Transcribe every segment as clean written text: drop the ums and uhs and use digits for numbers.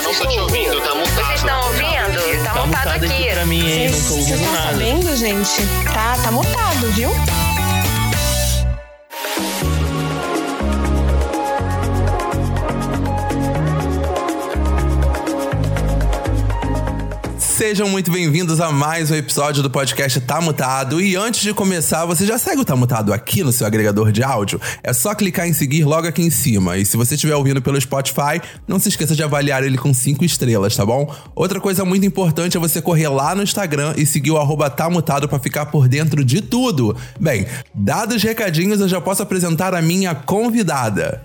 Não tô te ouvindo, tá mutado. Vocês estão ouvindo? Tá mutado aqui. Pra mim, hein? Não tô Vocês ouvindo estão nada. sabendo, gente? Tá mutado, viu? Sejam muito bem-vindos a mais um episódio do podcast Tá Mutado. E antes de começar, você já segue o Tá Mutado aqui no seu agregador de áudio? É só clicar em seguir logo aqui em cima. E se você estiver ouvindo pelo Spotify, não se esqueça de avaliar ele com 5 estrelas, tá bom? Outra coisa muito importante é você correr lá no Instagram e seguir o @tamutado pra ficar por dentro de tudo. Bem, dados os recadinhos, eu já posso apresentar a minha convidada.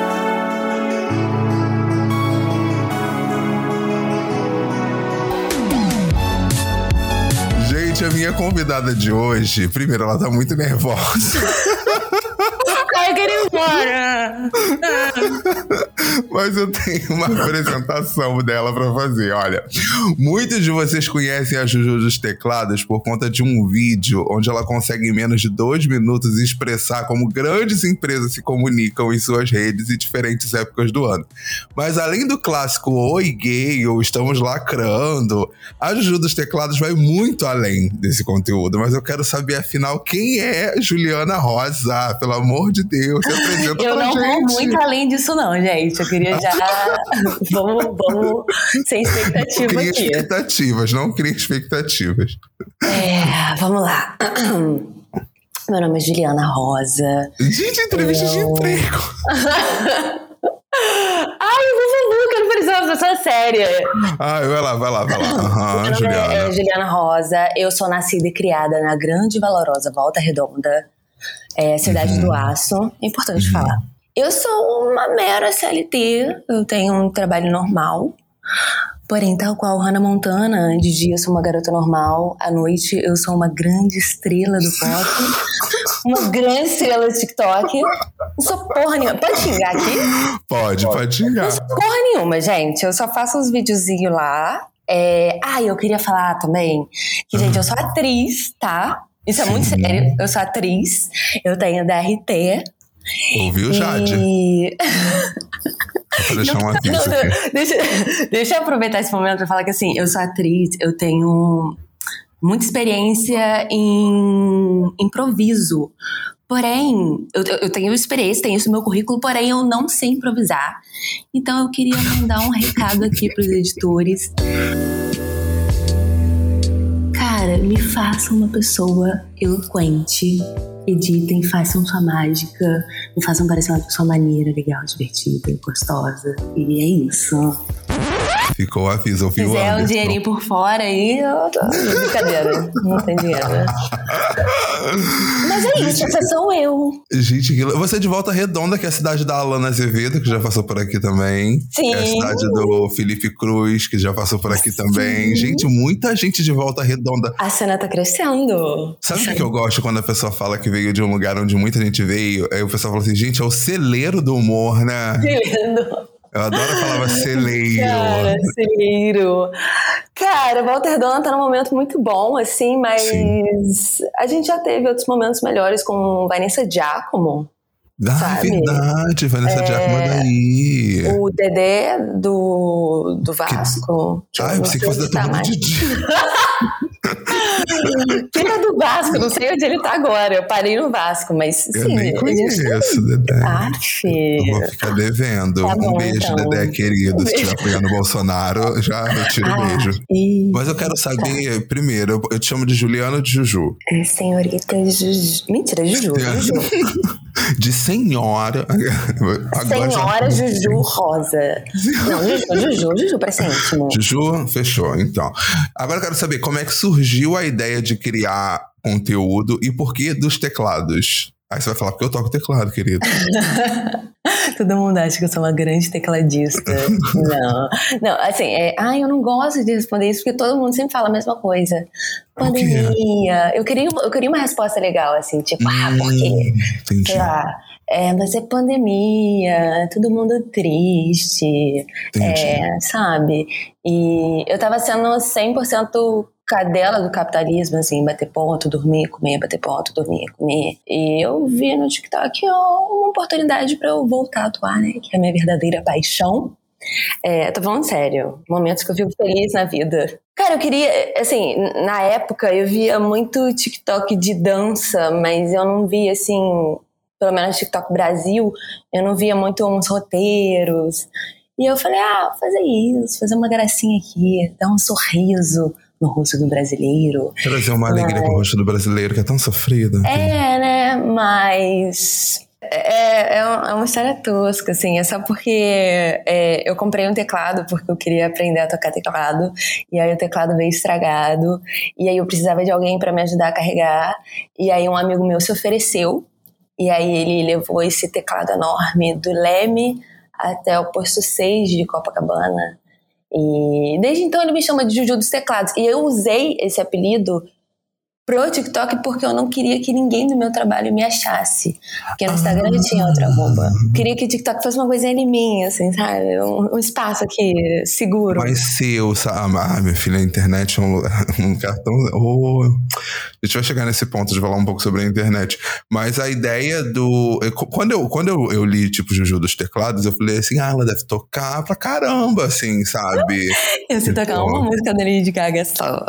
A minha convidada de hoje, primeiro, ela tá muito nervosa. Ai, eu queria ir embora. Mas eu tenho uma apresentação dela pra fazer. Olha, muitos de vocês conhecem a Juju dos Teclados por conta de um vídeo onde ela consegue em menos de 2 minutos expressar como grandes empresas se comunicam em suas redes em diferentes épocas do ano. Mas além do clássico Oi Gay ou Estamos Lacrando, a Juju dos Teclados vai muito além desse conteúdo. Mas eu quero saber, afinal, quem é Juliana Rosa? Pelo amor de Deus, se apresenta Eu pra não gente. vou muito além disso não, gente. Eu queria já... vamos sem expectativa Cria aqui. expectativas, não cria expectativas. Vamos lá. Meu nome é Juliana Rosa. Gente, entrevista de emprego. Ai, eu quero parecer uma pessoa séria. Vai lá. Aham, Meu nome Juliana. é Juliana Rosa. Eu sou nascida e criada na grande e valorosa Volta Redonda, cidade do Aço. É importante falar. Eu sou uma mera CLT. Eu tenho um trabalho normal. Porém, tal qual Hannah Montana, de dia eu sou uma garota normal, à noite eu sou uma grande estrela do pop, uma grande estrela do TikTok. Não sou porra nenhuma. Pode xingar aqui? Pode xingar. Não sou porra nenhuma, gente. Eu só faço uns videozinhos lá. Eu queria falar também que, gente, eu sou atriz, tá? Isso é muito sério. Eu sou atriz. Eu tenho DRT. Ouviu, Jade? Só pra deixar um aviso aqui. Deixa eu aproveitar esse momento pra falar que, assim, eu sou atriz, eu tenho muita experiência em improviso. Porém, eu tenho experiência, tenho isso no meu currículo, porém eu não sei improvisar. Então eu queria mandar um recado aqui pros editores. Cara, me façam uma pessoa eloquente. Editem, façam sua mágica, me façam parecer uma pessoa maneira, legal, divertida, gostosa. E é isso. Ficou o aviso, ouviu? Se quiser um dinheirinho por fora aí, eu tô... Brincadeira, não tem dinheiro. Mas é isso, essa sou eu. Gente, você é de Volta Redonda, que é a cidade da Alana Azevedo, que já passou por aqui também. Sim. É a cidade do Felipe Cruz, que já passou por aqui também. Gente, muita gente de Volta Redonda. A cena tá crescendo. Sabe o que eu gosto quando a pessoa fala que veio de um lugar onde muita gente veio? Aí o pessoal fala assim, gente, é o celeiro do humor, né? Que lindo. Eu adoro a palavra celeiro. Cara, celeiro. Cara, Volta Redonda tá num momento muito bom, assim, mas a gente já teve outros momentos melhores com Vanessa Giacomo. Sabe? Verdade, Vanessa Giacomo daí. O Dedé do Vasco. Eu pensei que fosse da turma do Didi. Quem é do Vasco? Não sei onde ele tá agora. Eu parei no Vasco, mas Eu sim. nem conheço, Dedé. Eu vou ficar devendo. Tá bom, um beijo, então. Dedé, querido. Se estiver apoiando o Bolsonaro, já retiro o beijo. Mas eu quero saber, primeiro, eu te chamo de Juliana ou de Juju? Senhorita Juju. Mentira, Juju. De senhora. Senhora Juju Rosa. Não, Juju, parece íntimo. Juju, fechou, então. Agora eu quero saber como é que surgiu a ideia de criar conteúdo e por que dos teclados? Aí você vai falar, porque eu toco teclado, querido. Todo mundo acha que eu sou uma grande tecladista. Não, assim, eu não gosto de responder isso porque todo mundo sempre fala a mesma coisa. Pandemia. Eu queria uma resposta legal, assim, tipo, por quê? Entendi. Sei lá, mas é pandemia, todo mundo triste, sabe? E eu tava sendo 100% cadela do capitalismo, assim, bater ponto, dormir, comer, bater ponto, dormir, comer. E eu vi no TikTok uma oportunidade pra eu voltar a atuar, né? Que é a minha verdadeira paixão. Tô falando sério. Momentos que eu fico feliz na vida. Cara, eu queria, assim, na época eu via muito TikTok de dança, mas eu não via, assim, pelo menos TikTok Brasil, eu não via muito uns roteiros. E eu falei, vou fazer isso, fazer uma gracinha aqui, dar um sorriso no rosto do brasileiro. Trazer uma alegria pro rosto do brasileiro, que é tão sofrido. Né? Mas... É uma história tosca, assim. É só porque eu comprei um teclado porque eu queria aprender a tocar teclado. E aí o teclado veio estragado. E aí eu precisava de alguém pra me ajudar a carregar. E aí um amigo meu se ofereceu. E aí ele levou esse teclado enorme do Leme até o posto 6 de Copacabana. E desde então ele me chama de Juju dos Teclados. E eu usei esse apelido pro TikTok porque eu não queria que ninguém do meu trabalho me achasse. Porque no Instagram eu tinha outra arroba. Queria que o TikTok fosse uma coisinha de mim, assim, sabe? Um espaço aqui seguro. Mas seu, sabe? Minha filha, a internet é um cartão... A gente vai chegar nesse ponto de falar um pouco sobre a internet. Mas a ideia do... Quando eu li, tipo, Juju dos Teclados, eu falei assim, ela deve tocar pra caramba, assim, sabe? Eu sei tocar uma música da Lady Gaga só.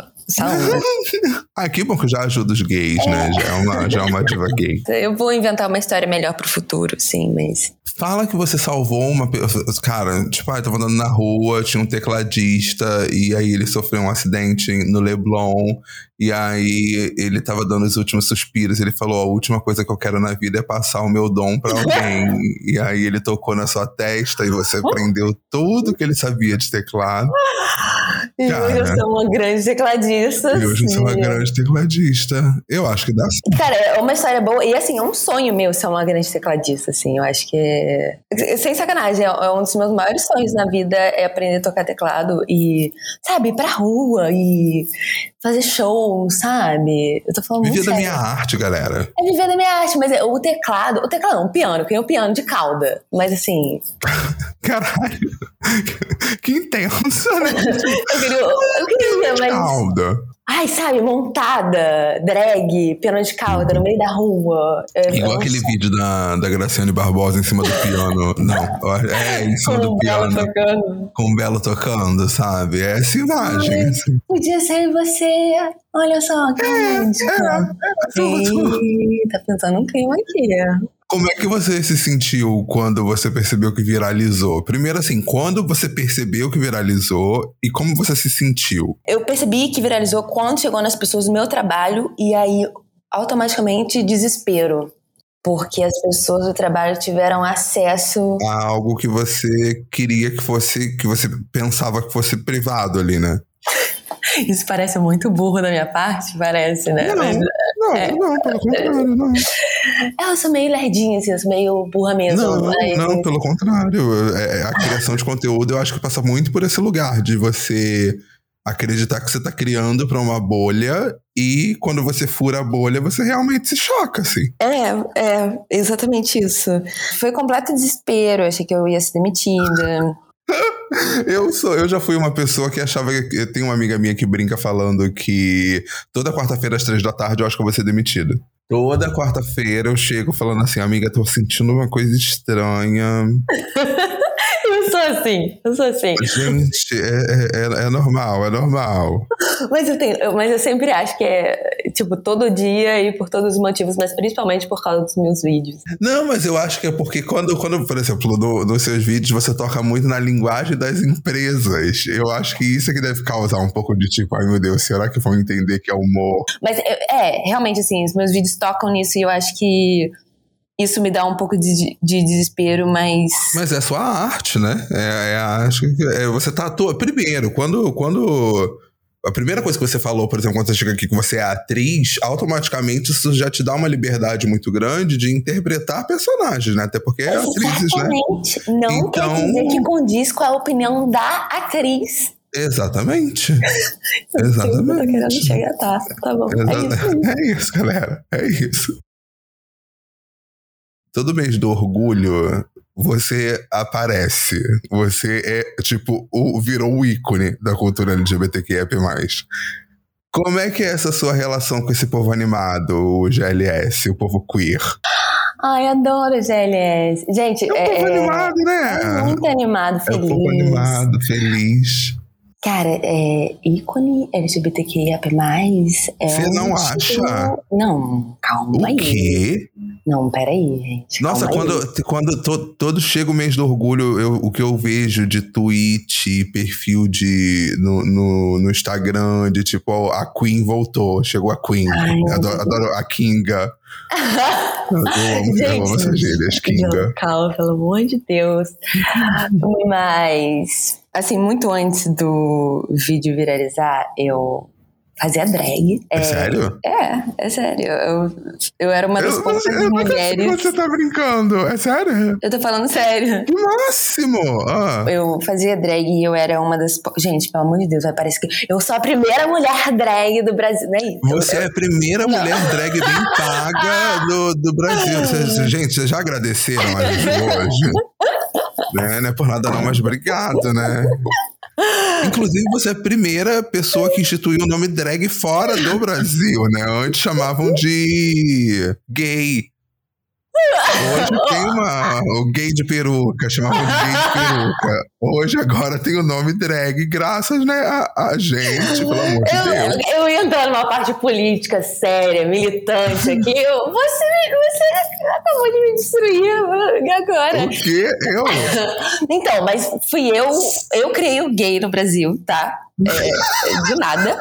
Que bom que já ajuda os gays, né? Já é uma diva gay. Eu vou inventar uma história melhor pro futuro, sim, mas... Fala que você salvou uma... Cara, tipo, eu tava andando na rua, tinha um tecladista, e aí ele sofreu um acidente no Leblon, e aí ele tava dando os últimos suspiros, ele falou, a última coisa que eu quero na vida é passar o meu dom pra alguém. E aí ele tocou na sua testa, e você aprendeu tudo que ele sabia de teclado. E hoje eu sou uma grande tecladista. E hoje eu sou uma grande tecladista. Eu acho que dá sim. Cara, é uma história boa. E assim, é um sonho meu ser uma grande tecladista, assim. Eu acho que... Sem sacanagem, é um dos meus maiores sonhos na vida é aprender a tocar teclado e, sabe, ir pra rua e fazer show, sabe? Eu tô falando viver muito da sério. minha arte, galera. É viver da minha arte, mas o teclado não, o piano, que é o piano de cauda. Mas assim... Caralho. Que intenso, né? Eu queria, mas... Calda. Ai, sabe, montada, drag, piano de cauda, no meio da rua. Igual aquele vídeo da Graciane Barbosa em cima do piano. Não, em cima do piano. Com o Belo tocando, sabe? É essa imagem. Assim. Podia ser você. Olha só, que romântica. Tá pensando um clima aqui. Como é que você se sentiu quando você percebeu que viralizou? Primeiro assim, quando você percebeu que viralizou e como você se sentiu? Eu percebi que viralizou quando chegou nas pessoas do meu trabalho e aí automaticamente desespero. Porque as pessoas do trabalho tiveram acesso a algo que você queria que fosse, que você pensava que fosse privado ali, né? Isso parece muito burro da minha parte, parece, né? Não, pelo contrário, não. Eu sou meio lerdinha, assim, eu sou meio burra mesmo. Não, pelo contrário. A criação de conteúdo, eu acho que passa muito por esse lugar de você acreditar que você tá criando pra uma bolha e quando você fura a bolha, você realmente se choca, assim. É exatamente isso. Foi completo desespero, achei que eu ia ser demitida. Eu já fui uma pessoa que achava que... Tem uma amiga minha que brinca falando que toda quarta-feira às 3 da tarde eu acho que eu vou ser demitido. Toda quarta-feira eu chego falando assim, amiga, tô sentindo uma coisa estranha. Eu sou assim. Gente, é normal. Mas eu sempre acho que é, tipo, todo dia e por todos os motivos, mas principalmente por causa dos meus vídeos. Não, mas eu acho que é porque quando por exemplo, nos seus vídeos você toca muito na linguagem das empresas. Eu acho que isso é que deve causar um pouco de tipo, ai meu Deus, será que vão entender que é humor? Mas realmente assim, os meus vídeos tocam nisso e eu acho que isso me dá um pouco de desespero, mas... Mas é sua arte, né? Acho que você tá... Primeiro, quando... A primeira coisa que você falou, por exemplo, quando você chega aqui que você é atriz, automaticamente isso já te dá uma liberdade muito grande de interpretar personagens, né? Até porque é atrizes, né? Exatamente. Não quer dizer que condiz com a opinião da atriz. Exatamente. Exatamente. Eu tô querendo chegar, tá bom. É isso, galera. É isso. Todo mês do orgulho, você aparece. Você é, tipo, virou o ícone da cultura LGBTQIA+. Como é que é essa sua relação com esse povo animado, o GLS, o povo queer? Ai, adoro GLS. Gente, É um povo animado, né? É muito animado, feliz. É um povo animado, feliz. Cara, ícone LGBTQIA+, Você não acha? Não, calma aí. O quê? Não, peraí, gente. Nossa, quando todo chega o mês do orgulho, o que eu vejo de tweet, perfil no Instagram, de tipo, a Queen voltou, chegou a Queen. Ai, adoro a Kinga. Eu amo essas gírias, Kinga. Calma, pelo amor de Deus. Mas, assim, muito antes do vídeo viralizar, eu fazia drag. É sério? É sério. Eu era uma das poucas mulheres... Você tá brincando, é sério? Eu tô falando sério. Que máximo! Eu fazia drag e eu era uma das... Gente, pelo amor de Deus, vai parecer que... Eu sou a primeira mulher drag do Brasil, não é isso? Você é a primeira mulher drag bem paga do Brasil. Gente, vocês já agradeceram a gente hoje? Né? Não é por nada não, mas obrigado, né? Inclusive, você é a primeira pessoa que instituiu o nome drag fora do Brasil, né? Antes chamavam de gay. Hoje tem o gay de peruca, chamavam de gay de peruca. Hoje, agora tem o nome drag, graças, né, a gente, pelo amor de Deus. Eu ia entrar numa parte política séria, militante aqui. Você acabou de me destruir agora. O quê? Eu? Então, mas fui eu criei o gay no Brasil, tá? De nada.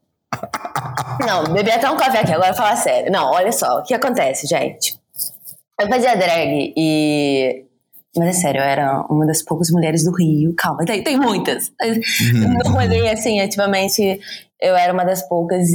Não, bebi até um café aqui, agora falar sério. Não, olha só, o que acontece, gente? Eu fazia drag e... Mas é sério, eu era uma das poucas mulheres do Rio. Calma, tem muitas. No rolê, assim, ativamente, eu era uma das poucas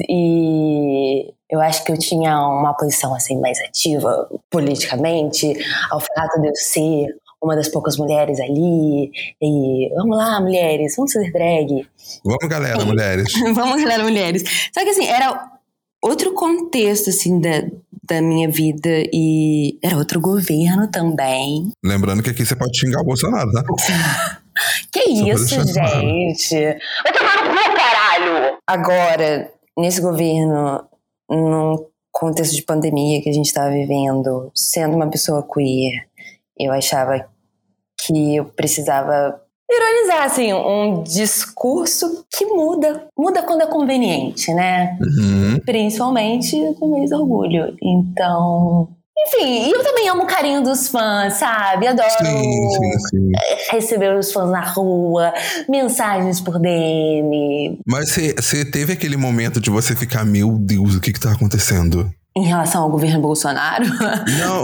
e eu acho que eu tinha uma posição, assim, mais ativa politicamente, ao fato de eu ser uma das poucas mulheres ali. E vamos lá, mulheres, vamos fazer drag. Vamos, galera, mulheres. Vamos, galera, mulheres. Só que, assim, era outro contexto, assim, da minha vida e era outro governo também. Lembrando que aqui você pode xingar o Bolsonaro, tá? Que isso, gente? Vai tomar no cu, caralho! Agora, nesse governo, num contexto de pandemia que a gente tava vivendo, sendo uma pessoa queer, eu achava que eu precisava ironizar, assim, um discurso que muda quando é conveniente, né? Principalmente no mês do orgulho. Então, enfim, e eu também amo o carinho dos fãs, sabe? Adoro sim. receber os fãs na rua, mensagens por DM. Mas você teve aquele momento de você ficar, meu Deus, o que tá acontecendo? Em relação ao governo Bolsonaro? Não.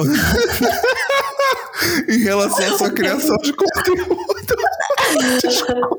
Em relação à sua criação de conteúdo. Desculpa.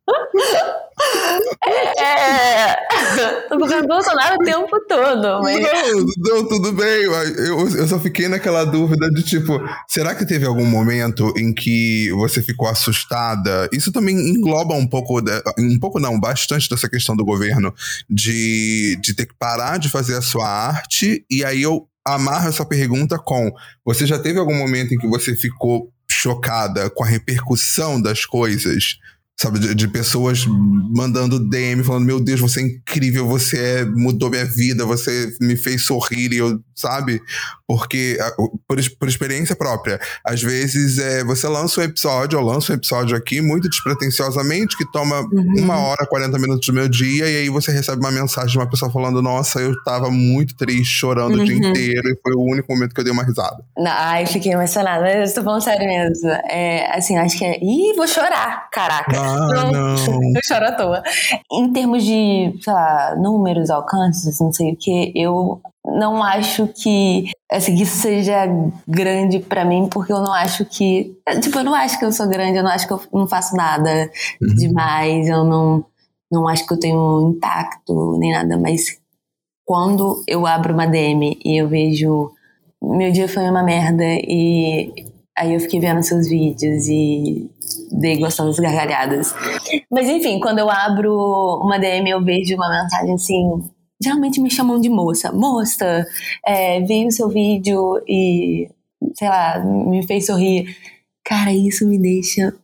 O governo Bolsonaro o tempo todo. Mas... Não, tudo bem. Eu só fiquei naquela dúvida de tipo, será que teve algum momento em que você ficou assustada? Isso também engloba bastante dessa questão do governo de ter que parar de fazer a sua arte. E aí eu amarro essa pergunta com: você já teve algum momento em que você ficou chocada com a repercussão das coisas? Sabe, de pessoas mandando DM, falando, meu Deus, você é incrível, você mudou minha vida, você me fez sorrir, e eu, sabe? Porque, por experiência própria, às vezes você lança um episódio aqui, muito despretensiosamente, que toma 1h, 40 minutos do meu dia, e aí você recebe uma mensagem de uma pessoa falando, nossa, eu tava muito triste, chorando o dia inteiro, e foi o único momento que eu dei uma risada. Ai, fiquei emocionada, mas eu estou falando sério mesmo. Assim, acho que Ih, vou chorar, caraca. Não. Eu choro à toa. Em termos de, sei lá, números, alcances, não sei o que, eu não acho que isso seja grande pra mim, porque eu não acho que... Tipo, eu não acho que eu sou grande, eu não acho que eu não faço nada demais, eu não acho que eu tenho impacto, nem nada, mas quando eu abro uma DM e eu vejo... Meu dia foi uma merda e... Aí eu fiquei vendo seus vídeos e dei gostosas gargalhadas. Mas enfim, quando eu abro uma DM eu vejo uma mensagem assim... Geralmente me chamam de moça. Moça, vi o seu vídeo e, sei lá, me fez sorrir. Cara, isso me deixa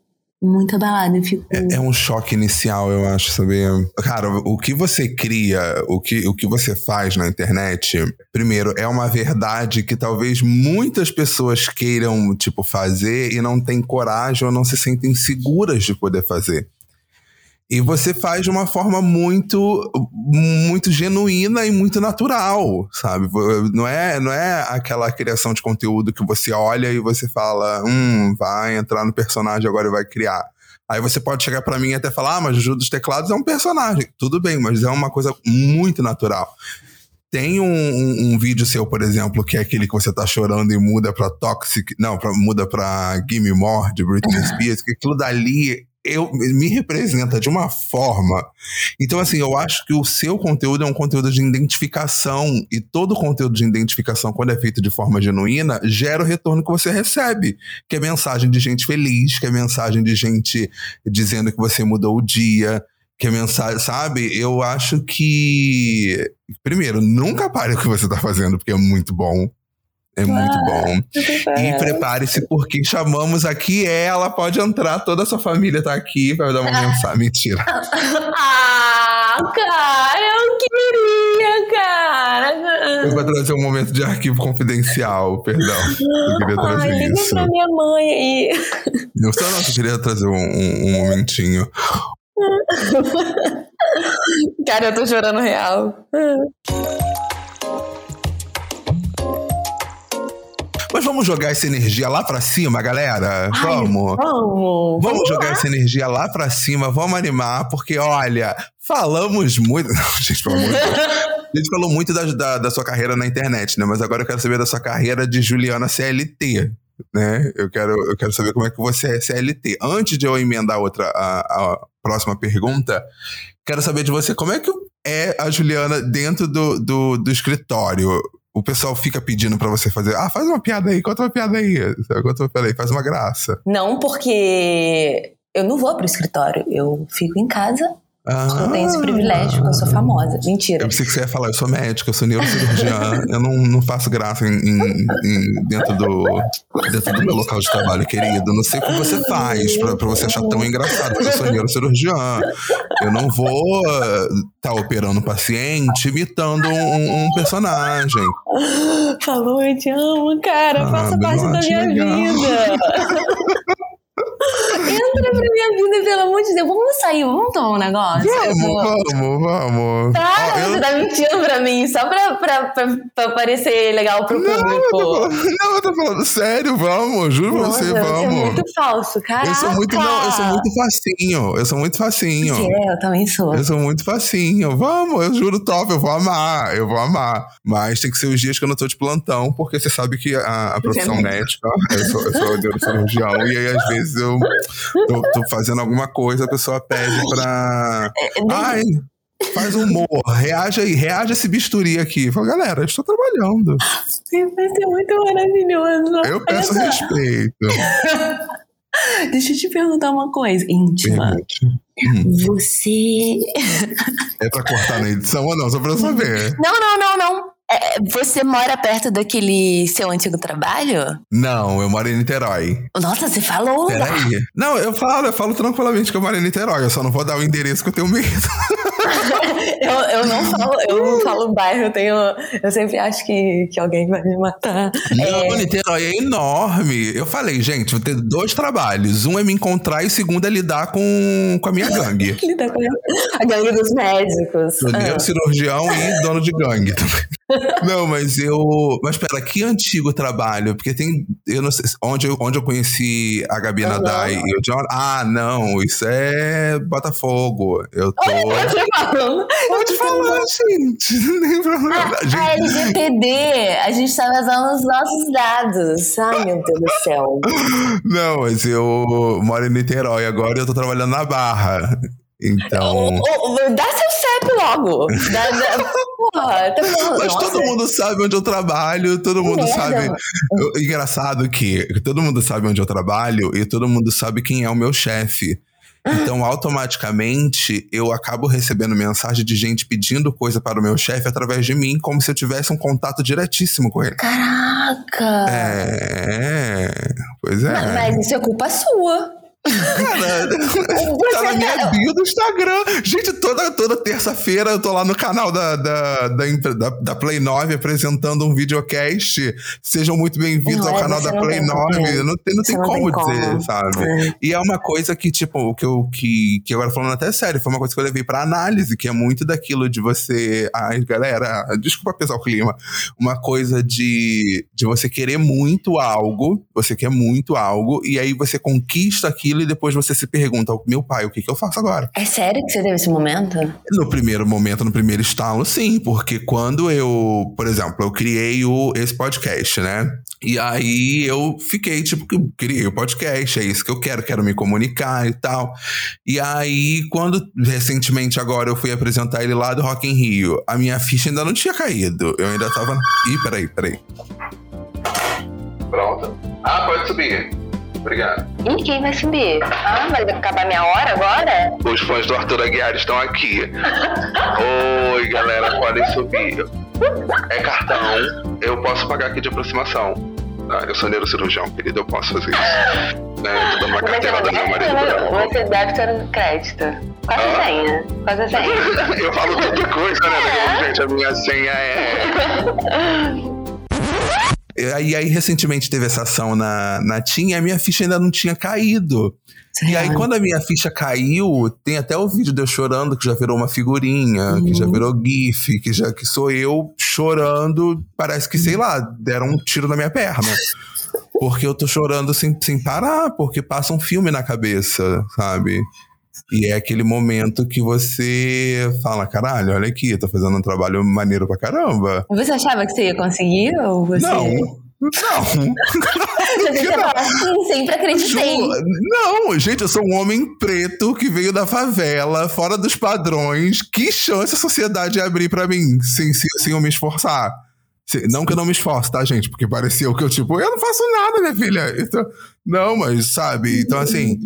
muito abalada. Eu fico... É um choque inicial, eu acho, saber. Cara, o que você cria, o que você faz na internet, primeiro, é uma verdade que talvez muitas pessoas queiram, tipo, fazer e não têm coragem ou não se sentem seguras de poder fazer. E você faz de uma forma muito, muito genuína e muito natural, sabe? Não é aquela criação de conteúdo que você olha e você fala, vai entrar no personagem agora e vai criar. Aí você pode chegar pra mim e até falar, mas Juju dos Teclados é um personagem. Tudo bem, mas é uma coisa muito natural. Tem um vídeo seu, por exemplo, que é aquele que você tá chorando e muda pra Toxic... Não, muda pra Gimme More, de Britney Spears, que aquilo dali... me representa de uma forma. Então, assim, eu acho que o seu conteúdo é um conteúdo de identificação, e todo conteúdo de identificação, quando é feito de forma genuína, gera o retorno que você recebe, que é mensagem de gente feliz, que é mensagem de gente dizendo que você mudou o dia, que é mensagem, sabe? Eu acho que, primeiro, nunca pare o que você tá fazendo, porque é muito bom. É muito bom. E prepare-se, porque chamamos aqui ela, pode entrar, toda a sua família tá aqui pra dar uma mensagem. Mentira. Cara, eu queria, cara. Eu vou trazer um momento de arquivo confidencial, perdão. Eu queria trazer liga isso. pra minha mãe aí. Não, eu queria trazer um momentinho. Cara, eu tô chorando real. Mas vamos jogar essa energia lá pra cima, galera? Vamos. Vamos jogar essa energia lá pra cima, vamos animar, porque, olha, falamos muito... Não, gente, pelo amor de Deus. A gente falou muito da sua carreira na internet, né? Mas agora eu quero saber da sua carreira de Juliana CLT, né? Eu quero saber como é que você é CLT. Antes de eu emendar a próxima pergunta, quero saber de você como é que é a Juliana dentro do escritório. O pessoal fica pedindo pra você fazer, faz uma piada aí, conta uma piada aí, faz uma graça. Não, porque eu não vou pro escritório, eu fico em casa. Eu tenho esse privilégio, porque eu sou famosa. Mentira. Eu pensei que você ia falar, eu sou médica, eu sou neurocirurgiã, eu não faço graça dentro do meu local de trabalho, querido. Não sei o que você faz pra você achar tão engraçado, porque eu sou neurocirurgiã. Eu não vou tá operando um paciente imitando um personagem. Falou, eu te amo, cara. Faça parte da minha vida. Entra pra minha vida, pelo amor de Deus. Vamos sair, vamos tomar um negócio? Vamos. Você tá mentindo pra mim, só pra parecer legal pro público. Não, eu tô falando sério, vamos, juro pra você, vamos. Você é muito falso, cara. Eu sou muito facinho. Eu também sou. Eu sou muito facinho, vamos, eu juro top, eu vou amar. Mas tem que ser os dias que eu não tô de plantão, porque você sabe que a profissão médica, eu sou neurocirurgião, e aí às vezes eu tô fazendo alguma coisa, a pessoa pede pra... faz um humor, reage a esse bisturi aqui. Fala, galera, eu estou trabalhando. Vai ser muito maravilhoso. Eu peço respeito. Deixa eu te perguntar uma coisa íntima. Você... É pra cortar na edição ou não? Só pra eu saber. Não. Você mora perto daquele seu antigo trabalho? Não, eu moro em Niterói. Nossa, você falou? Peraí. Não, eu falo tranquilamente que eu moro em Niterói. Eu só não vou dar o endereço que eu tenho medo. eu não falo bairro. Eu sempre acho que alguém vai me matar. Não, Niterói é enorme. Eu falei, gente, vou ter 2 trabalhos. Um é me encontrar e o segundo é lidar com a minha gangue. Lidar com a gangue dos médicos. Sou neurocirurgião e dono de gangue também. Não, mas pera, que antigo trabalho? Porque eu não sei, onde eu conheci a Gabi Nadai e o John. Não, isso é Botafogo. Eu tô... Pode falar, gente. Não tem problema. A LGPD, a gente tá vazando os nossos dados. Ai, meu Deus do céu. Não, mas eu moro em Niterói agora e eu tô trabalhando na Barra. Então... Dá seu CEP logo. Porra, mas todo mundo sabe onde eu trabalho, todo mundo sabe. Engraçado que todo mundo sabe onde eu trabalho e todo mundo sabe quem é o meu chefe. Então, automaticamente, eu acabo recebendo mensagem de gente pedindo coisa para o meu chefe através de mim, como se eu tivesse um contato diretíssimo com ele. Caraca! Pois é. Mas isso é culpa sua. Cara, tá na minha bio do Instagram. Gente, toda terça-feira eu tô lá no canal da Play 9 apresentando um videocast. Sejam muito bem-vindos ao canal da Play 9. Não tem como dizer, sabe? E é uma coisa que, tipo, que agora falando até sério, foi uma coisa que eu levei pra análise, que é muito daquilo de você... Ai, galera, desculpa pesar o clima. Uma coisa de você querer muito algo, você quer muito algo, e aí você conquista aquilo e depois você se pergunta, meu pai, o que eu faço agora? É sério que você teve esse momento? No primeiro momento, no primeiro estalo, sim. Porque quando eu, por exemplo, eu criei esse podcast, né? E aí eu fiquei, tipo, que criei o podcast, é isso que eu quero me comunicar e tal. E aí, quando recentemente agora eu fui apresentar ele lá do Rock in Rio, a minha ficha ainda não tinha caído. Eu ainda tava... Ih, peraí. Pronto. Ah, pode subir. Obrigado. E quem vai subir? Ah, vai acabar minha hora agora? Os fãs do Arthur Aguiar estão aqui. Oi, galera, podem subir. É cartão, eu posso pagar aqui de aproximação. Ah, eu sou neurocirurgião, querido, eu posso fazer isso. Tô dando uma carteira da minha marido. Você deve ter um crédito. Quase a senha. Quase a senha. Eu falo tanta coisa, né? Gente, a minha senha é... E aí, recentemente teve essa ação na TIM e a minha ficha ainda não tinha caído. E aí, quando a minha ficha caiu, tem até o vídeo de eu chorando, que já virou uma figurinha, que já virou gif, que sou eu chorando, parece que, sei lá, deram um tiro na minha perna. Porque eu tô chorando sem parar, porque passa um filme na cabeça, sabe? E é aquele momento que você fala, caralho, olha aqui, tô fazendo um trabalho maneiro pra caramba. Você achava que você ia conseguir? Ou você... Não. Você fala assim, sempre acreditei. Não, gente, eu sou um homem preto que veio da favela, fora dos padrões. Que chance a sociedade abrir pra mim, sem eu me esforçar? Não que eu não me esforce, tá, gente? Porque pareceu que eu não faço nada, minha filha. Então, não, mas, sabe? Então, assim...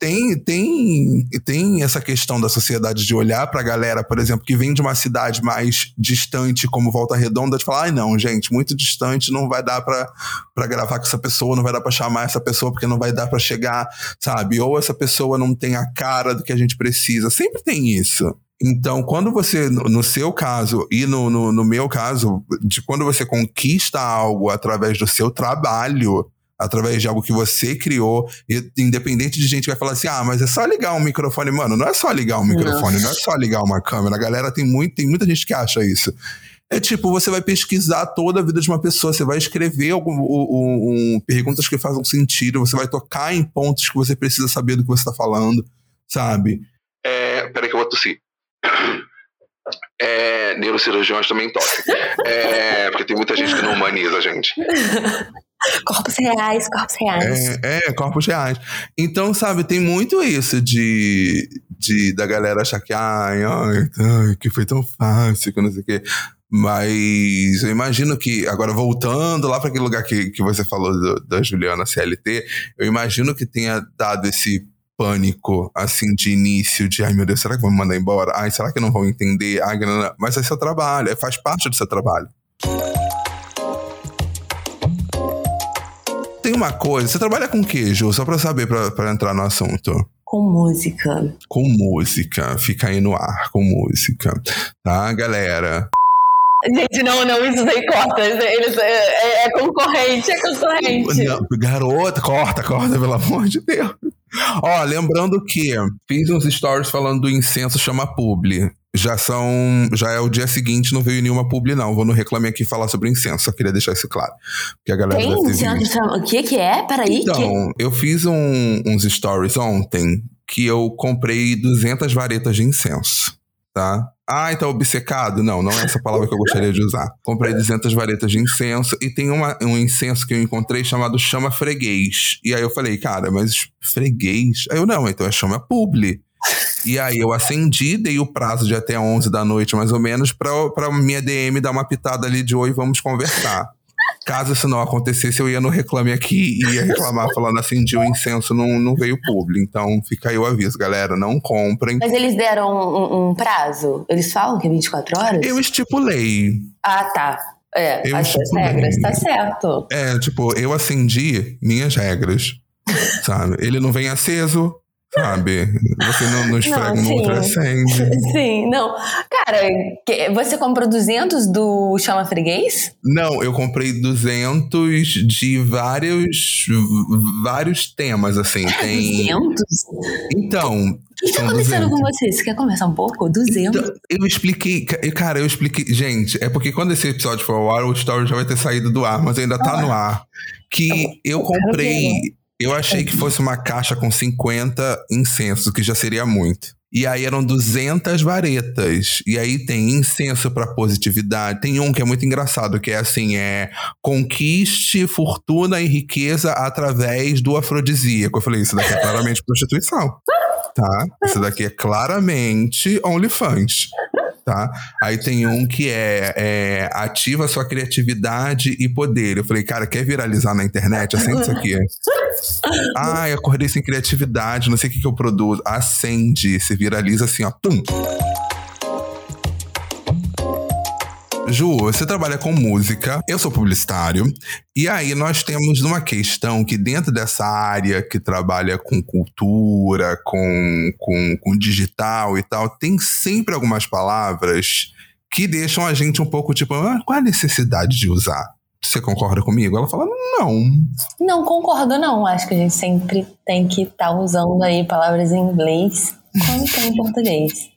Tem essa questão da sociedade de olhar pra galera, por exemplo, que vem de uma cidade mais distante, como Volta Redonda, de falar, ai não, gente, muito distante, não vai dar pra gravar com essa pessoa, não vai dar pra chamar essa pessoa, porque não vai dar pra chegar, sabe? Ou essa pessoa não tem a cara do que a gente precisa. Sempre tem isso. Então, quando você, no seu caso e no meu caso, de quando você conquista algo através do seu trabalho, através de algo que você criou, e independente de gente que vai falar assim, mas é só ligar um microfone. Mano, não é só ligar um microfone, não é só ligar uma câmera. A galera tem muita gente que acha isso. É tipo, você vai pesquisar toda a vida de uma pessoa, você vai escrever perguntas que fazem sentido, você vai tocar em pontos que você precisa saber do que você tá falando, sabe? Peraí que eu vou tossir. Neurocirurgiões também tossem. Porque tem muita gente que não humaniza a gente. Corpos reais. Corpos reais. Então, sabe, tem muito isso da galera achar que que foi tão fácil, que não sei o quê. Mas eu imagino que, agora voltando lá para aquele lugar que você falou da Juliana CLT, eu imagino que tenha dado esse pânico, assim, de início, de ai meu Deus, será que vão me mandar embora? Ai, será que não vão entender? Ai, não. Mas é seu trabalho, faz parte do seu trabalho. Tem uma coisa, você trabalha com o quê, Ju? Só pra saber, pra entrar no assunto. Com música. Com música, fica aí no ar, com música. Tá, galera? Gente, não, isso daí corta. É concorrente. Não, garota, corta, pelo amor de Deus. Ó, lembrando que fiz uns stories falando do incenso chama publi. Já é o dia seguinte, não veio nenhuma publi, não. Vou no Reclame Aqui falar sobre incenso, só queria deixar isso claro. Porque a galera tem incenso? O que é? Peraí. Então, eu fiz uns stories ontem que eu comprei 200 varetas de incenso, tá? Tá obcecado? Não é essa palavra que eu gostaria de usar. Comprei 200 varetas de incenso e tem um incenso que eu encontrei chamado chama freguês. E aí eu falei, cara, mas freguês? Aí eu, não, então é chama publi. E aí eu acendi, dei o prazo de até 11 da noite, mais ou menos, pra minha DM dar uma pitada ali de oi, vamos conversar. Caso isso não acontecesse, eu ia no Reclame Aqui e ia reclamar falando acendi o incenso, não veio publi. Então fica aí o aviso, galera, não comprem. Mas eles deram um prazo? Eles falam que é 24 horas? Eu estipulei. Ah, tá. As suas regras, tá certo. Eu acendi minhas regras. sabe? Ele não vem aceso, sabe? Você não esfrega no sim. outro acende. Sim, não. Cara, você comprou 200 do Chama Freguês? Não, eu comprei 200 de vários temas, assim. Tem... 200? Então... O que tá acontecendo com você? Você quer conversar um pouco? 200? Então, eu expliquei... Cara, eu expliquei... Gente, é porque quando esse episódio for ao ar, o story já vai ter saído do ar, mas ainda tá no ar. Que eu comprei... Eu achei que fosse uma caixa com 50 incensos, que já seria muito. E aí eram 200 varetas. E aí tem incenso pra positividade. Tem um que é muito engraçado, que é assim, conquiste fortuna e riqueza através do afrodisíaco. Eu falei, isso daqui é claramente prostituição. Tá? Isso daqui é claramente OnlyFans. Tá? Aí tem um que ativa sua criatividade e poder. Eu falei, cara, quer viralizar na internet? Acende isso aqui. Eu acordei sem criatividade, não sei o que eu produzo. Acende, se viraliza assim, ó. Pum! Ju, você trabalha com música, eu sou publicitário, e aí nós temos uma questão que dentro dessa área que trabalha com cultura, com digital e tal, tem sempre algumas palavras que deixam a gente um pouco tipo, qual a necessidade de usar? Você concorda comigo? Ela fala, não. Não concordo, não. Acho que a gente sempre tem que estar usando aí palavras em inglês quando tem em português.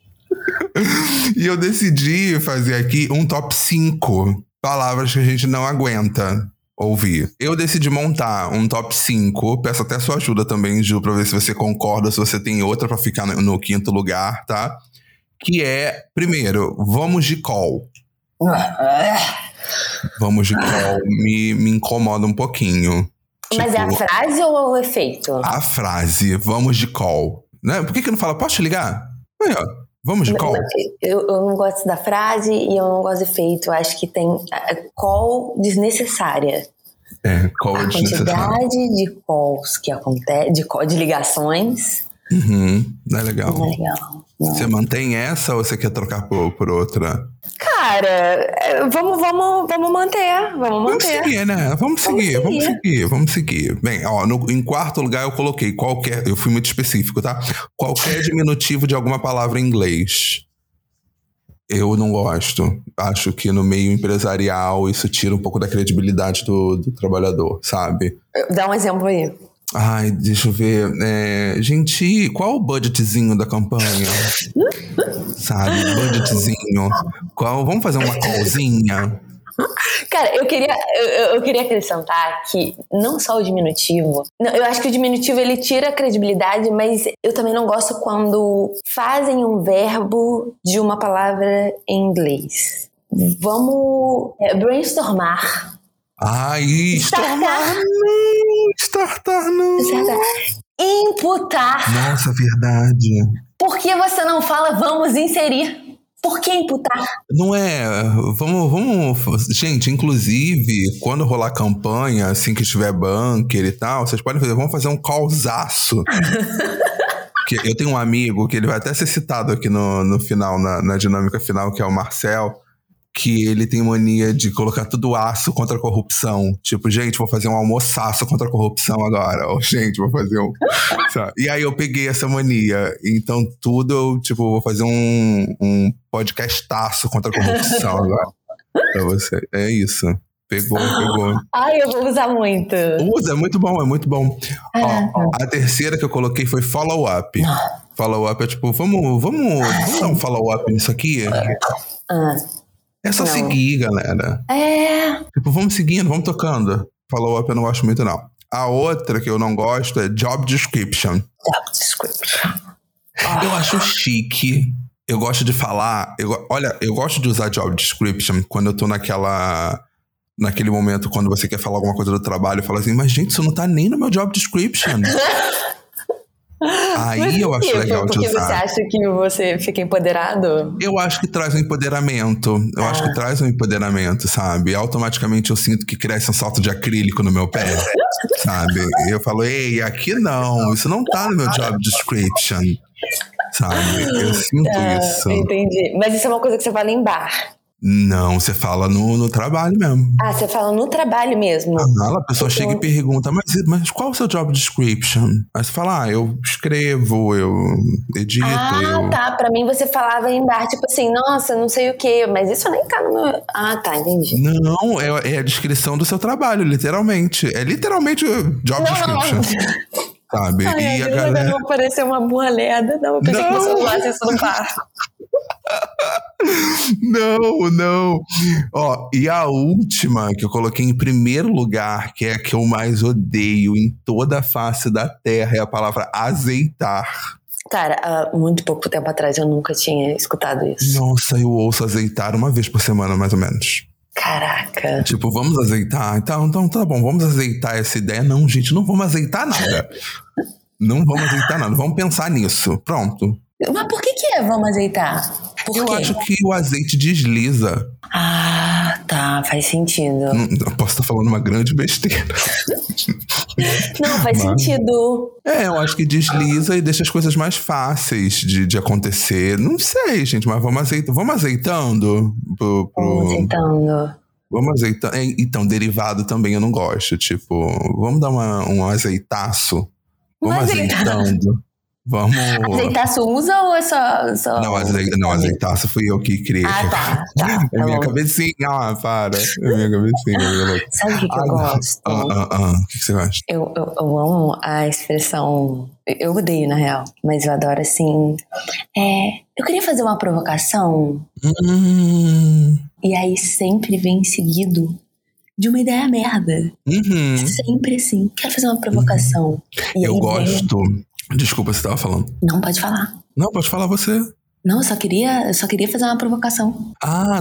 E eu decidi fazer aqui um top 5 palavras que a gente não aguenta ouvir. Eu decidi montar um top 5, peço até sua ajuda também, Ju, pra ver se você concorda, se você tem outra pra ficar no quinto lugar, tá? Que é, primeiro, vamos de call. Vamos de call, me incomoda um pouquinho. Mas é a frase ou o efeito? A frase, vamos de call. Né? Por que não fala, posso te ligar? Aí, ó. Vamos de call? Eu não gosto da frase e eu não gosto do efeito. Eu acho que tem call desnecessária. Call a desnecessária. Quantidade de calls que acontece, de ligações. Não é legal. Não é legal. Não. Você mantém essa ou você quer trocar por outra? Cara, vamos manter. Vamos seguir, né? Vamos seguir. Bem, ó, em quarto lugar eu coloquei qualquer... Eu fui muito específico, tá? Qualquer diminutivo de alguma palavra em inglês. Eu não gosto. Acho que no meio empresarial isso tira um pouco da credibilidade do trabalhador, sabe? Dá um exemplo aí. Ai, deixa eu ver. Gente, qual o budgetzinho da campanha? Sabe, budgetzinho. Vamos fazer uma callzinha? Cara, eu queria acrescentar que não só o diminutivo... Não, eu acho que o diminutivo, ele tira a credibilidade, mas eu também não gosto quando fazem um verbo de uma palavra em inglês. Vamos brainstormar. Startar não. Imputar. Nossa, verdade. Por que você não fala vamos inserir? Por que imputar? Não é? Vamos... Gente, inclusive, quando rolar campanha, assim que estiver bunker e tal, vocês podem fazer, vamos fazer um callzaço. Que eu tenho um amigo que ele vai até ser citado aqui no final, na dinâmica final, que é o Marcel, que ele tem mania de colocar tudo aço contra a corrupção. Tipo, gente, vou fazer um almoçaço contra a corrupção agora. Ou, gente, vou fazer um... Sabe? E aí eu peguei essa mania. Então, tudo eu, tipo, vou fazer um podcastaço contra a corrupção agora. Pra você. É isso. Pegou. Ai, eu vou usar muito. Usa, é muito bom. Ó, a terceira que eu coloquei foi follow-up. Follow-up é tipo, vamos dar um follow-up nisso aqui? É só seguir, galera. Tipo, vamos seguindo, vamos tocando. Follow-up eu não gosto muito, não. A outra que eu não gosto é job description. Eu acho chique. Eu gosto de falar... eu gosto de usar job description quando eu tô naquele momento, quando você quer falar alguma coisa do trabalho, fala assim, mas gente, isso não tá nem no meu job description. Aí eu acho legal de usar. Porque você acha que você fica empoderado? Eu acho que traz um empoderamento. Acho que traz um empoderamento, sabe? Automaticamente eu sinto que cresce um salto de acrílico no meu pé, sabe? E eu falo, ei, aqui não, isso não tá no meu job description, sabe? Eu sinto isso. Entendi. Mas isso é uma coisa que você fala em bar? Não, você fala no trabalho mesmo. Ah, você fala no trabalho mesmo. A pessoa chega e pergunta, mas qual é o seu job description? Aí você fala, eu escrevo, eu edito. Tá. Pra mim você falava em bar, tipo assim, nossa, não sei o quê, mas isso nem tá no meu... Ah, tá, entendi. Não, é a descrição do seu trabalho, literalmente. É literalmente o job description. Sabe? Ai, e a galera... Não parecer uma boa leda. Não, eu pensei que você falasse isso no bar. Não. Ó, e a última que eu coloquei em primeiro lugar, que é a que eu mais odeio em toda a face da terra, é a palavra azeitar. Cara, há muito pouco tempo atrás eu nunca tinha escutado isso. Nossa, eu ouço azeitar uma vez por semana, mais ou menos. Caraca. Tipo, vamos azeitar? Então tá bom, vamos azeitar essa ideia. Não, gente, não vamos azeitar nada. Não vamos azeitar nada, vamos pensar nisso. Pronto. Mas por que vamos azeitar? Por eu quê? acho que o azeite desliza. Ah, tá, faz sentido. Eu posso estar falando uma grande besteira. Não, faz sentido. Eu acho que desliza e deixa as coisas mais fáceis de acontecer. Não sei, gente, mas vamos azeitando. Vamos azeitando. Então, derivado também eu não gosto. Tipo, vamos dar um azeitaço. Vamos azeitando. Vamos... Azeitaço usa ou é só... Não, azeitaço fui eu que criei. Tá. É minha cabecinha, para. É minha cabecinha. Sabe o que eu gosto? O que você gosta? Eu amo a expressão... Eu odeio, na real. Mas eu adoro, assim... eu queria fazer uma provocação. E aí sempre vem seguido de uma ideia merda. Sempre assim. Quero fazer uma provocação. E eu gosto... Desculpa, você tava falando. Não, pode falar. Não, pode falar você. Não, eu só queria fazer uma provocação. Tá.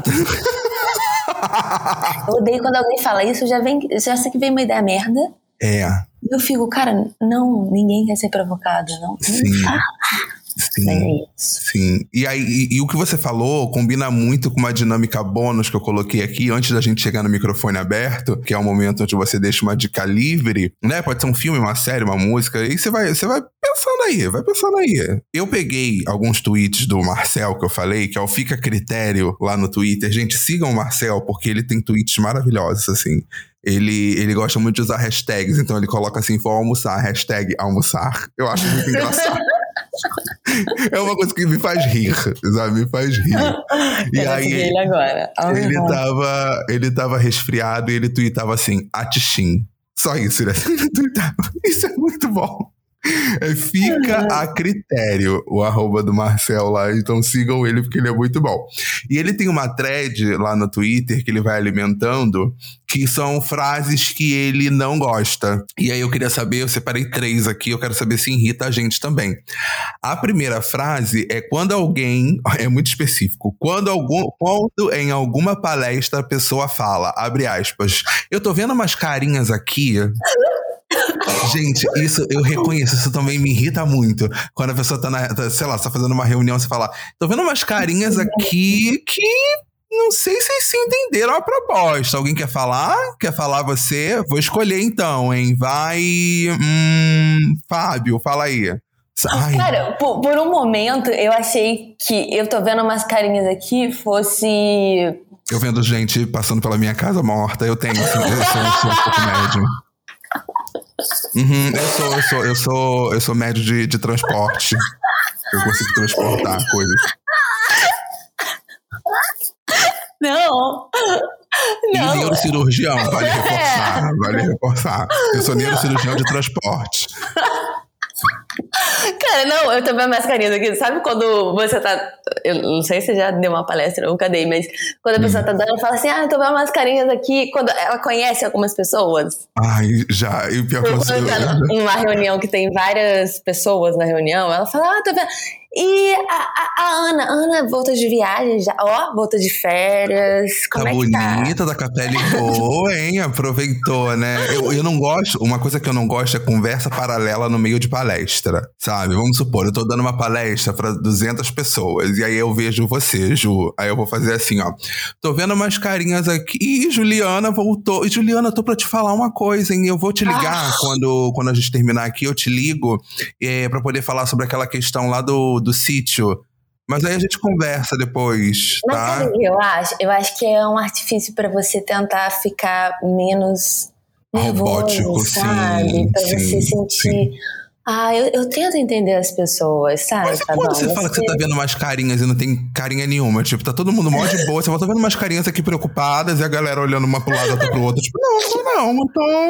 Eu odeio quando alguém fala isso, já sei que vem uma ideia merda. E eu fico, cara, não, ninguém quer ser provocado, não. Sim. Sim. Sim. E aí, e o que você falou combina muito com uma dinâmica bônus que eu coloquei aqui antes da gente chegar no microfone aberto, que é o momento onde você deixa uma dica livre, né? Pode ser um filme, uma série, uma música, e você vai pensando aí. Eu peguei alguns tweets do Marcel que eu falei, que é o Fica Critério lá no Twitter. Gente, sigam o Marcel, porque ele tem tweets maravilhosos, assim. Ele gosta muito de usar hashtags, então ele coloca assim, vou almoçar, hashtag almoçar. Eu acho muito engraçado. É uma coisa que me faz rir, sabe? Me faz rir. E aí ele agora. Ele tava resfriado e ele tweetava assim, Atixim. Só isso, ele tweetava. Isso é muito bom. Fica a critério o @ do Marcel lá, então sigam ele porque ele é muito bom. E ele tem uma thread lá no Twitter que ele vai alimentando, que são frases que ele não gosta. E aí eu queria saber, eu separei 3 aqui, eu quero saber se irrita a gente também. A primeira frase é quando alguém, é muito específico, quando em alguma palestra a pessoa fala, abre aspas, eu tô vendo umas carinhas aqui... Gente, isso eu reconheço, isso também me irrita muito. Quando a pessoa sei lá, tá fazendo uma reunião, você fala, tô vendo umas carinhas aqui que não sei se vocês entenderam a proposta. Alguém quer falar? Quer falar você? Vou escolher então, hein? Vai, Fábio, fala aí. Ai. Cara, por um momento eu achei que eu tô vendo umas carinhas aqui fosse... Eu vendo gente passando pela minha casa morta, eu tenho, assim, eu sou um pouco médio. Eu sou médio de transporte. Eu consigo transportar coisas. Não. E neurocirurgião, vale reforçar. Eu sou neurocirurgião de transporte. Cara, não, eu tô vendo mais carinhas aqui. Sabe quando você tá... Eu não sei se você já deu uma palestra, eu nunca dei, mas quando a pessoa tá dando, fala assim, eu tô vendo umas carinhas aqui. Quando ela conhece algumas pessoas. Ai, já. E o pior que quando tá numa reunião que tem várias pessoas na reunião, ela fala, tô vendo... E a Ana volta de viagem já, volta de férias, como tá é que tá? Bonita, da Capelli boa, hein? Aproveitou, né? Eu não gosto, uma coisa que eu não gosto é conversa paralela no meio de palestra, sabe? Vamos supor, eu tô dando uma palestra pra 200 pessoas, e aí eu vejo você, Ju, aí eu vou fazer assim, ó, tô vendo umas carinhas aqui, e Juliana voltou, e Juliana, tô pra te falar uma coisa, hein? Eu vou te ligar quando a gente terminar aqui, eu te ligo pra poder falar sobre aquela questão lá do sítio. Mas aí a gente conversa depois, Mas tá? sabe o que eu acho? Eu acho que é um artifício pra você tentar ficar menos nervoso, Robótico, sabe? sim, Pra você sim, sentir... eu tento entender as pessoas, sabe? Mas e quando você fala que você tá vendo umas carinhas e não tem carinha nenhuma? Tipo, tá todo mundo mó de boa, você fala, tô vendo umas carinhas aqui preocupadas e a galera olhando uma pro lado, outra pro outro. Tipo, não,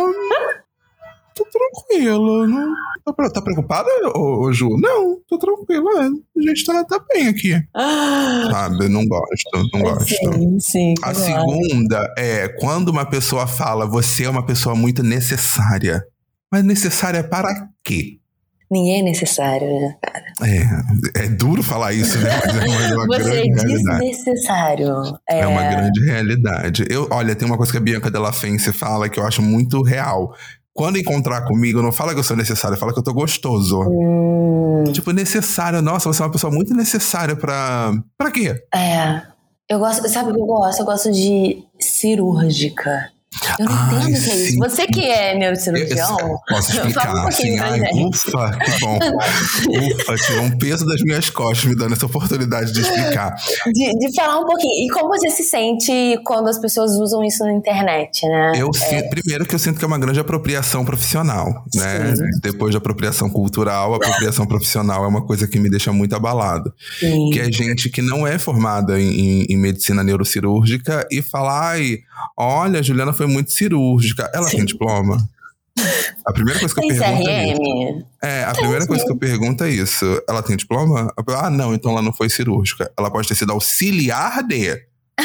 tô tranquilo. Não. Tá preocupada, ô Ju? Não, tô tranquilo. A gente tá bem aqui. Sabe? Não gosto. Sim, A segunda é quando uma pessoa fala, você é uma pessoa muito necessária. Mas necessária para quê? Ninguém é necessário, né, cara? É duro falar isso, né? Mas é uma Você grande é realidade. desnecessário. É uma grande realidade. Olha, tem uma coisa que a Bianca Della Fence fala que eu acho muito real. Quando encontrar comigo, não fala que eu sou necessário, fala que eu tô gostoso. Tipo, necessário. Nossa, você é uma pessoa muito necessária pra quê? Eu gosto, sabe o que eu gosto? Eu gosto de cirúrgica. Eu não entendo o que é isso. Você que é neurocirurgião, posso explicar. fala um pouquinho pra gente. Ufa, que bom. Ufa, tirou um peso das minhas costas me dando essa oportunidade de explicar. De falar um pouquinho. E como você se sente quando as pessoas usam isso na internet, né? Primeiro que eu sinto que é uma grande apropriação profissional, né? Sim. Depois da apropriação cultural, a apropriação profissional é uma coisa que me deixa muito abalado. Sim. Que é gente que não é formada em medicina neurocirúrgica e fala, olha, a Juliana foi muito cirúrgica. Ela tem diploma? A primeira coisa que eu pergunto é isso. A primeira coisa que eu pergunto é isso. Ela tem diploma? Não, então ela não foi cirúrgica. Ela pode ter sido auxiliar de...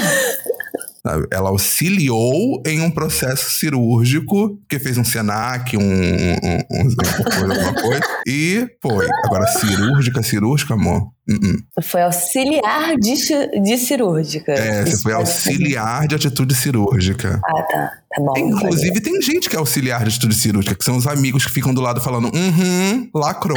Ela auxiliou em um processo cirúrgico, que fez um SENAC, alguma coisa, e foi. Agora, cirúrgica, amor? Foi auxiliar de cirúrgica. Você foi auxiliar de atitude cirúrgica. Tá bom. Inclusive, tem gente que é auxiliar de atitude cirúrgica, que são os amigos que ficam do lado falando, lacrou.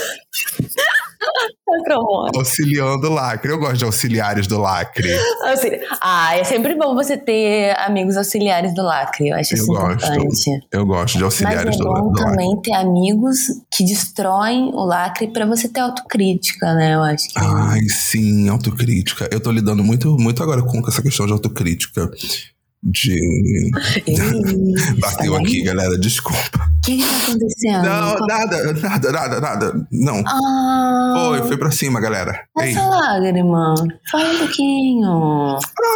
Auxiliando o lacre. Eu gosto de auxiliares do lacre. É sempre bom você ter amigos auxiliares do lacre. Eu acho isso importante. Eu gosto de auxiliares do lacre. Mas é bom também ter amigos que destroem o lacre pra você ter autocrítica, né? Eu acho que... Ai, sim, autocrítica. Eu tô lidando muito, muito agora com essa questão de autocrítica. Bateu aqui, galera, desculpa. O que tá acontecendo? Não, nada. Não. Foi pra cima, galera. Essa lágrima. Fala um pouquinho.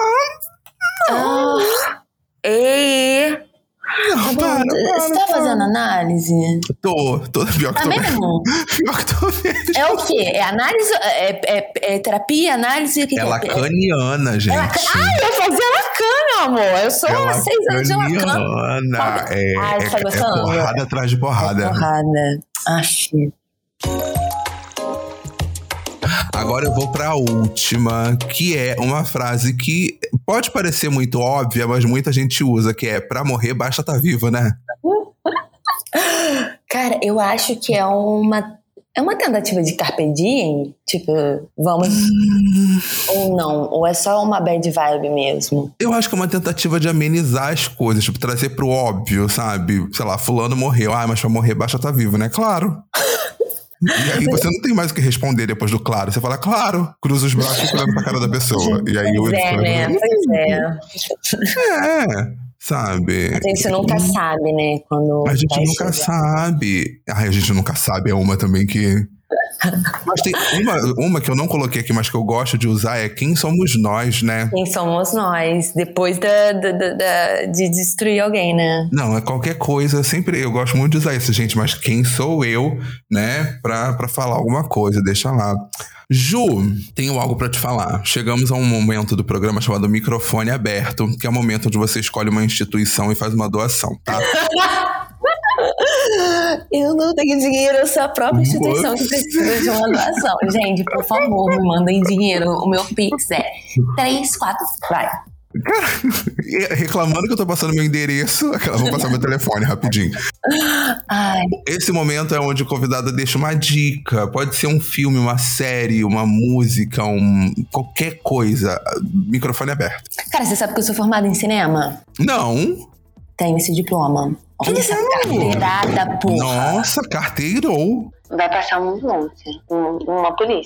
Ei. Não, você tá fazendo análise? Tô. Pior que tô mesmo? Pior que tô mesmo. É o quê? É análise? É terapia, análise? O que lacaniana, gente. Eu fazia lacana, amor. Eu sou há 6 anos de lacana. É porrada atrás de porrada. Acho. Agora eu vou pra última, que é uma frase que pode parecer muito óbvia, mas muita gente usa, que é pra morrer basta estar vivo, né? Cara, eu acho que é uma tentativa de carpe diem, tipo, vamos... ou não, ou é só uma bad vibe mesmo? Eu acho que é uma tentativa de amenizar as coisas, tipo, trazer pro óbvio, sabe? Sei lá, fulano morreu, mas pra morrer basta estar vivo, né? Claro. E aí você não tem mais o que responder depois do claro. Você fala, claro, cruza os braços olhando pra cara da pessoa. E aí Pois sabe? A gente nunca sabe, né? Quando a gente nunca sabe. A gente nunca sabe é uma também que... Mas tem uma que eu não coloquei aqui, mas que eu gosto de usar é quem somos nós, né? Quem somos nós, depois de destruir alguém, né? Não, é qualquer coisa, eu gosto muito de usar isso, gente, mas quem sou eu, né, pra falar alguma coisa, deixa lá. Ju, tenho algo pra te falar. Chegamos a um momento do programa chamado Microfone Aberto, que é o momento onde você escolhe uma instituição e faz uma doação, tá? Eu não tenho dinheiro, eu sou a própria instituição que precisa de uma doação. Gente, por favor, me mandem dinheiro. O meu Pix é 3, 4, vai. Cara, reclamando que eu tô passando meu endereço, vou passar meu telefone rapidinho. Esse momento é onde o convidado deixa uma dica. Pode ser um filme, uma série, uma música, qualquer coisa. Microfone aberto. Cara, você sabe que eu sou formada em cinema? Não. Tenho esse diploma. Olha essa carteirada, porra. Nossa, carteirou. Vai passar um monte. Uma polícia.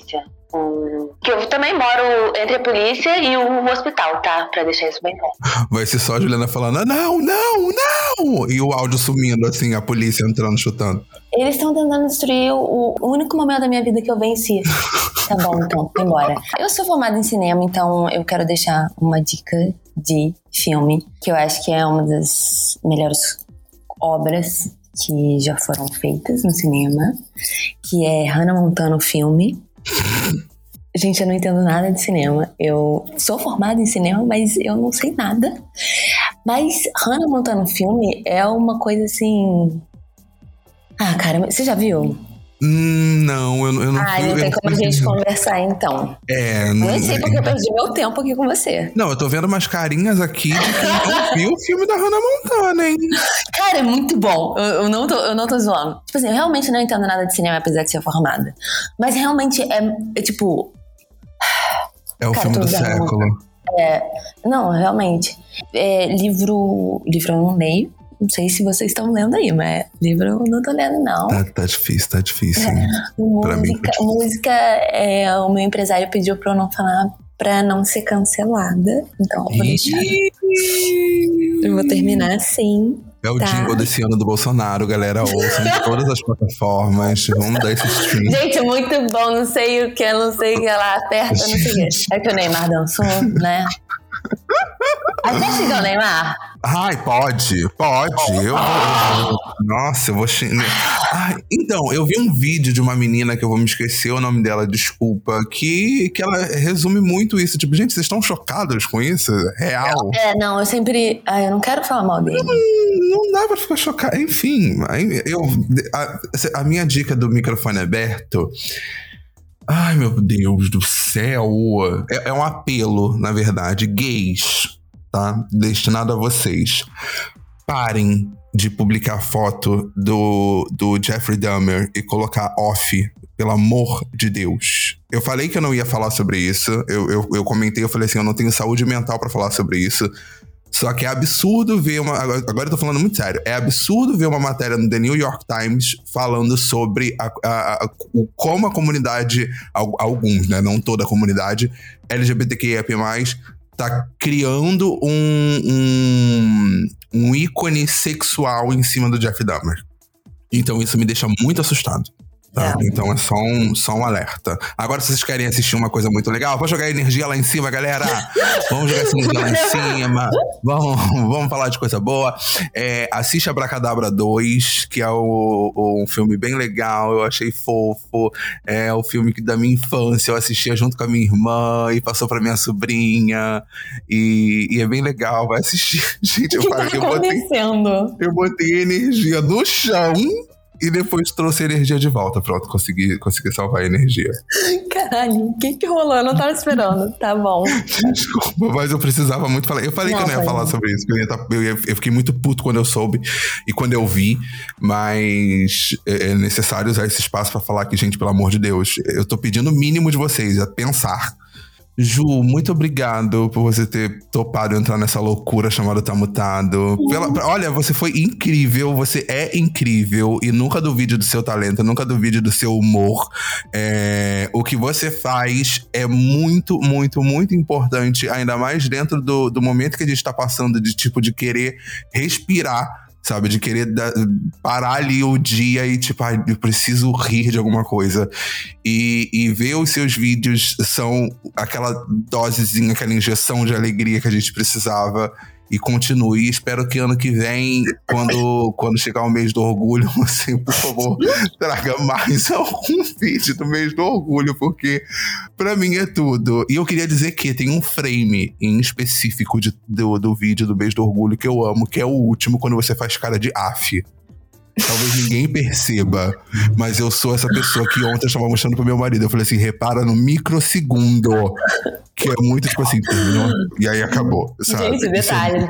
Que eu também moro entre a polícia e o hospital, tá? Pra deixar isso bem claro. Vai ser só a Juliana falando, não! E o áudio sumindo, assim, a polícia entrando, chutando. Eles estão tentando destruir o único momento da minha vida que eu venci. Tá bom, então, vou embora. Eu sou formada em cinema, então eu quero deixar uma dica de filme, que eu acho que é uma das melhores obras que já foram feitas no cinema, que é Hannah Montana, o filme. Gente, eu não entendo nada de cinema. Eu sou formada em cinema, mas eu não sei nada. Mas Hannah Montana, o filme, é uma coisa assim... Ah, cara, você já viu? Não, eu não Ah, não tem como a gente conversar, então. É, não sei porque eu perdi meu tempo aqui com você. Não, eu tô vendo umas carinhas aqui de quem não viu o filme da Hannah Montana, hein? Cara, é muito bom. Eu não tô zoando. Tipo assim, eu realmente não entendo nada de cinema, apesar de ser formada. Mas realmente é tipo... É o filme do século. Não, realmente. Livro eu não leio. Não sei se vocês estão lendo aí, mas livro eu não tô lendo, não. Tá difícil. Música, o meu empresário pediu pra eu não falar, pra não ser cancelada. Então eu vou deixar. Eu vou terminar assim. É o jingle desse ano do Bolsonaro, galera. Ouçam em todas as plataformas. Vamos dar esse stream. Gente, muito bom. Não sei o que ela aperta, não sei o que. É que o Neymar dançou, né? Até chegou o Neymar. Ai, pode. Nossa, eu vou... Então, eu vi um vídeo de uma menina que eu vou me esquecer o nome dela, desculpa, que ela resume muito isso. Tipo, gente, vocês estão chocados com isso? Real? Não, eu sempre... eu não quero falar mal dele. Não dá pra ficar chocado. Enfim, a minha dica do microfone aberto... Ai, meu Deus do céu. É um apelo, na verdade. Gays, tá? Destinado a vocês. Parem de publicar foto do Jeffrey Dahmer e colocar off, pelo amor de Deus. Eu falei que eu não ia falar sobre isso. Eu comentei, eu falei assim, eu não tenho saúde mental pra falar sobre isso. Só que é absurdo ver agora eu tô falando muito sério. É absurdo ver uma matéria no The New York Times falando sobre como a comunidade, alguns, né? Não toda a comunidade LGBTQIA+, tá criando um ícone sexual em cima do Jeff Dahmer. Então isso me deixa muito assustado. Tá? Então é só um alerta. Agora, se vocês querem assistir uma coisa muito legal, vou jogar energia lá em cima, galera. Vamos jogar essa energia lá em cima. Vamos falar de coisa boa. Assiste Abracadabra 2, que é um filme bem legal. Eu achei fofo. É o filme da minha infância. Eu assistia junto com a minha irmã e passou pra minha sobrinha. E é bem legal. Vai assistir. Gente, eu botei energia no chão. E depois trouxe a energia de volta. Pronto, consegui salvar a energia. Caralho, o que rolou? Eu não tava esperando. Tá bom. Desculpa, mas eu precisava muito falar. Eu falei que eu não ia falar sobre isso. Eu fiquei muito puto quando eu soube e quando eu vi. Mas é necessário usar esse espaço pra falar que, gente, pelo amor de Deus, eu tô pedindo o mínimo de vocês, a pensar. Ju, muito obrigado por você ter topado entrar nessa loucura chamada Tá Mutado. Olha, você foi incrível, você é incrível e nunca duvide do seu talento, nunca duvide do seu humor. O que você faz é muito, muito, muito importante, ainda mais dentro do momento que a gente tá passando, de querer respirar, sabe? De querer parar ali o dia e eu preciso rir de alguma coisa. E ver os seus vídeos são aquela dosezinha, aquela injeção de alegria que a gente precisava. E continue. Espero que ano que vem, quando chegar o mês do orgulho, você, por favor, traga mais algum vídeo do mês do orgulho, porque pra mim é tudo. E eu queria dizer que tem um frame em específico do vídeo do mês do orgulho que eu amo, que é o último, quando você faz cara de af. Talvez ninguém perceba, mas eu sou essa pessoa que ontem eu estava mostrando pro meu marido. Eu falei assim, repara no microsegundo, que é muito tipo assim, terminou, e aí acabou, sabe? Gente, detalhes.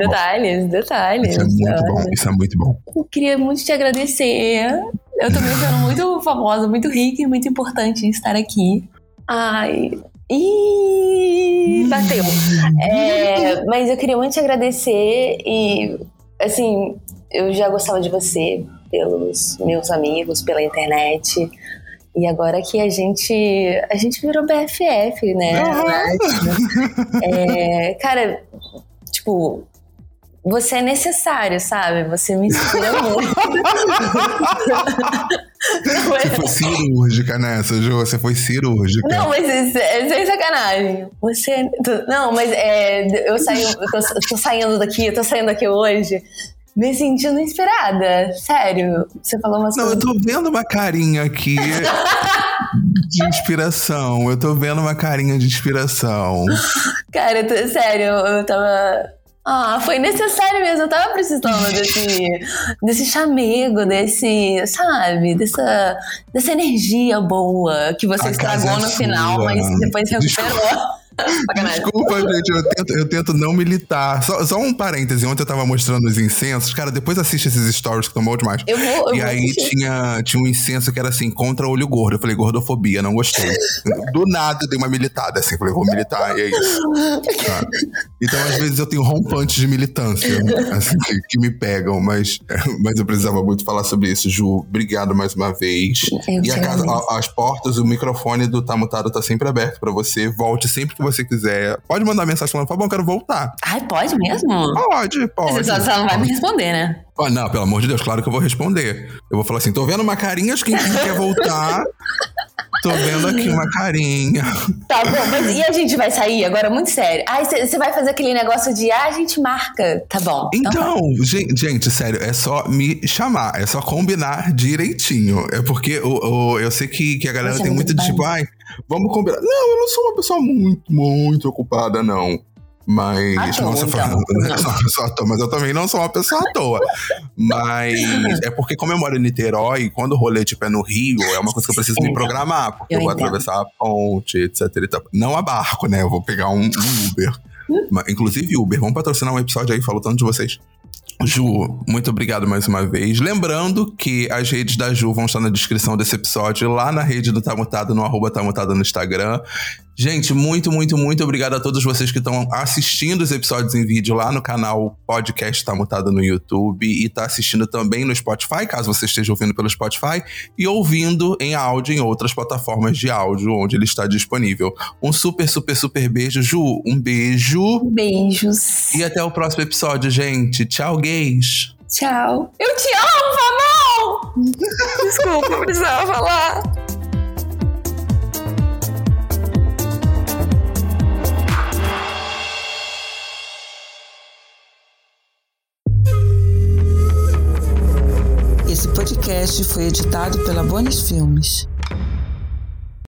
Isso é muito bom. Eu queria muito te agradecer. Eu tô me sendo muito famosa, muito rica e muito importante estar aqui. Ai... Ih, bateu. Mas eu queria muito te agradecer e, assim, eu já gostava de você pelos meus amigos, pela internet. E agora que a gente virou BFF, né? Cara, tipo, você é necessário, sabe? Você me inspira muito. Você foi cirúrgica nessa, Ju. Você foi cirúrgica. Não, mas é sem sacanagem. Não, mas eu tô saindo daqui hoje me sentindo inspirada. Sério. Você falou umas coisas. Eu tô vendo uma carinha aqui de inspiração. Cara, sério, eu tava... foi necessário mesmo. Eu tava precisando desse chamego, dessa energia boa que você estragou no final, mas depois recuperou. Desculpa, gente, eu tento não militar. Só um parêntese, ontem eu tava mostrando os incensos. Cara, depois assiste esses stories que estão bom demais. E aí tinha um incenso que era assim, contra olho gordo. Eu falei, gordofobia, não gostei. Do nada eu dei uma militada, assim, falei, vou militar, e é isso. Tá. Então, às vezes, eu tenho rompantes de militância, assim, que me pegam, mas eu precisava muito falar sobre isso. Ju, obrigado mais uma vez. As portas, o microfone do Tá Mutado tá sempre aberto pra você. Volte sempre que você quiser. Pode mandar mensagem falando, por favor, eu quero voltar. Ai, pode mesmo? Pode. Mas você só não vai me responder, né? Não, pelo amor de Deus, claro que eu vou responder. Eu vou falar assim, tô vendo uma carinha de quem quer voltar. Tô vendo aqui uma carinha. Tá bom, mas e a gente vai sair agora? Muito sério. Você vai fazer aquele negócio de, a gente marca. Tá bom. Então gente, sério, é só me chamar. É só combinar direitinho. É porque eu sei que a galera tem muito de tipo, vamos combinar. Não, eu não sou uma pessoa muito, muito ocupada, não. Mas mas eu também não sou uma pessoa à toa. Mas é porque, como eu moro em Niterói, quando o rolê tipo, é no Rio, é uma coisa que eu preciso me programar, porque eu vou atravessar a ponte, etc e tal. Não a barco, né? Eu vou pegar um Uber. Inclusive, Uber, vamos patrocinar um episódio aí, falo tanto de vocês. Ju, muito obrigado mais uma vez. Lembrando que as redes da Ju vão estar na descrição desse episódio, lá na rede do Tá Mutado, no @TaMutado no Instagram. Gente, muito, muito, muito obrigado a todos vocês que estão assistindo os episódios em vídeo lá no canal Podcast Tá Mutado no YouTube e tá assistindo também no Spotify, caso você esteja ouvindo pelo Spotify, e ouvindo em áudio em outras plataformas de áudio onde ele está disponível. Um super, super, super beijo. Ju, um beijo. Beijos. E até o próximo episódio, gente. Tchau, gays. Tchau. Eu te amo, Famão! Desculpa, eu precisava falar. Esse podcast foi editado pela Bonis Filmes.